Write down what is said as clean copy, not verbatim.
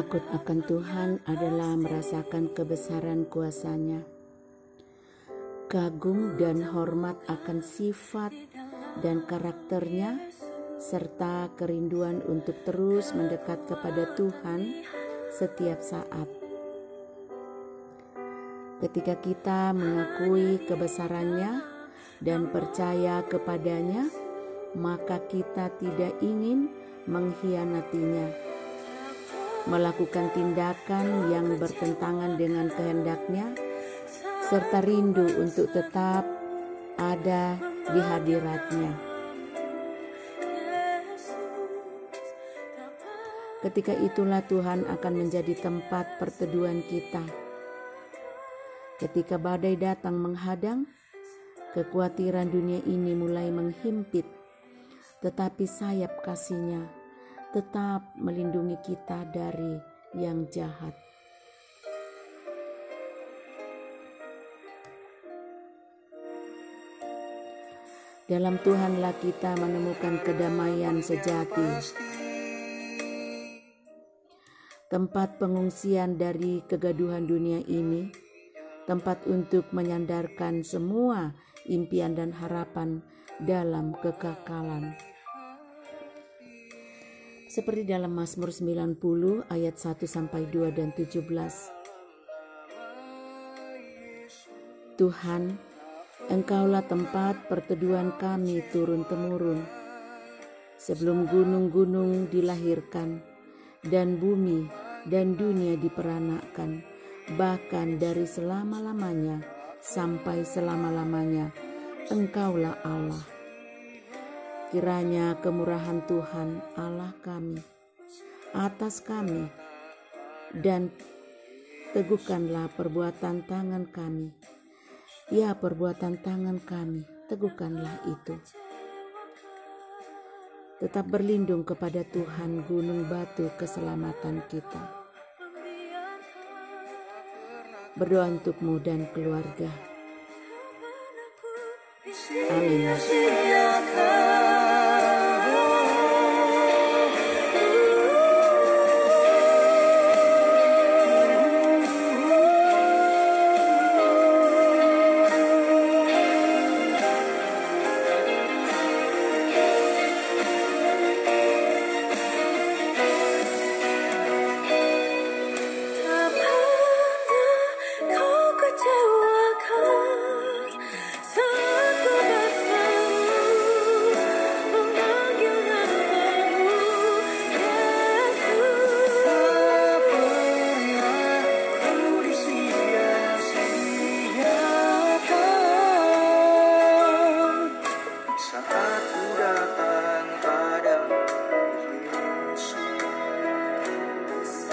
Takut akan Tuhan adalah merasakan kebesaran kuasa-Nya, kagum dan hormat akan sifat dan karakter-Nya, serta kerinduan untuk terus mendekat kepada Tuhan setiap saat. Ketika kita mengakui kebesaran-Nya dan percaya kepada-Nya, maka kita tidak ingin mengkhianati-Nya, melakukan tindakan yang bertentangan dengan kehendak-Nya, serta rindu untuk tetap ada di hadirat-Nya. Ketika itulah Tuhan akan menjadi tempat perteduhan kita. Ketika badai datang menghadang, kekhawatiran dunia ini mulai menghimpit, tetapi sayap kasih-Nya tetap melindungi kita dari yang jahat. Dalam Tuhanlah kita menemukan kedamaian sejati, tempat pengungsian dari kegaduhan dunia ini, tempat untuk menyandarkan semua impian dan harapan dalam kekekalan. Seperti dalam Mazmur 90 ayat 1-2 dan 17. Tuhan, Engkaulah tempat perteduhan kami turun-temurun. Sebelum gunung-gunung dilahirkan dan bumi dan dunia diperanakkan, bahkan dari selama-lamanya sampai selama-lamanya, Engkaulah Allah. Kiranya kemurahan Tuhan Allah kami atas kami, dan teguhkanlah perbuatan tangan kami. Ya, perbuatan tangan kami, teguhkanlah itu. Tetap berlindung kepada Tuhan, gunung batu keselamatan kita. Berdoa untukmu dan keluarga. Amin.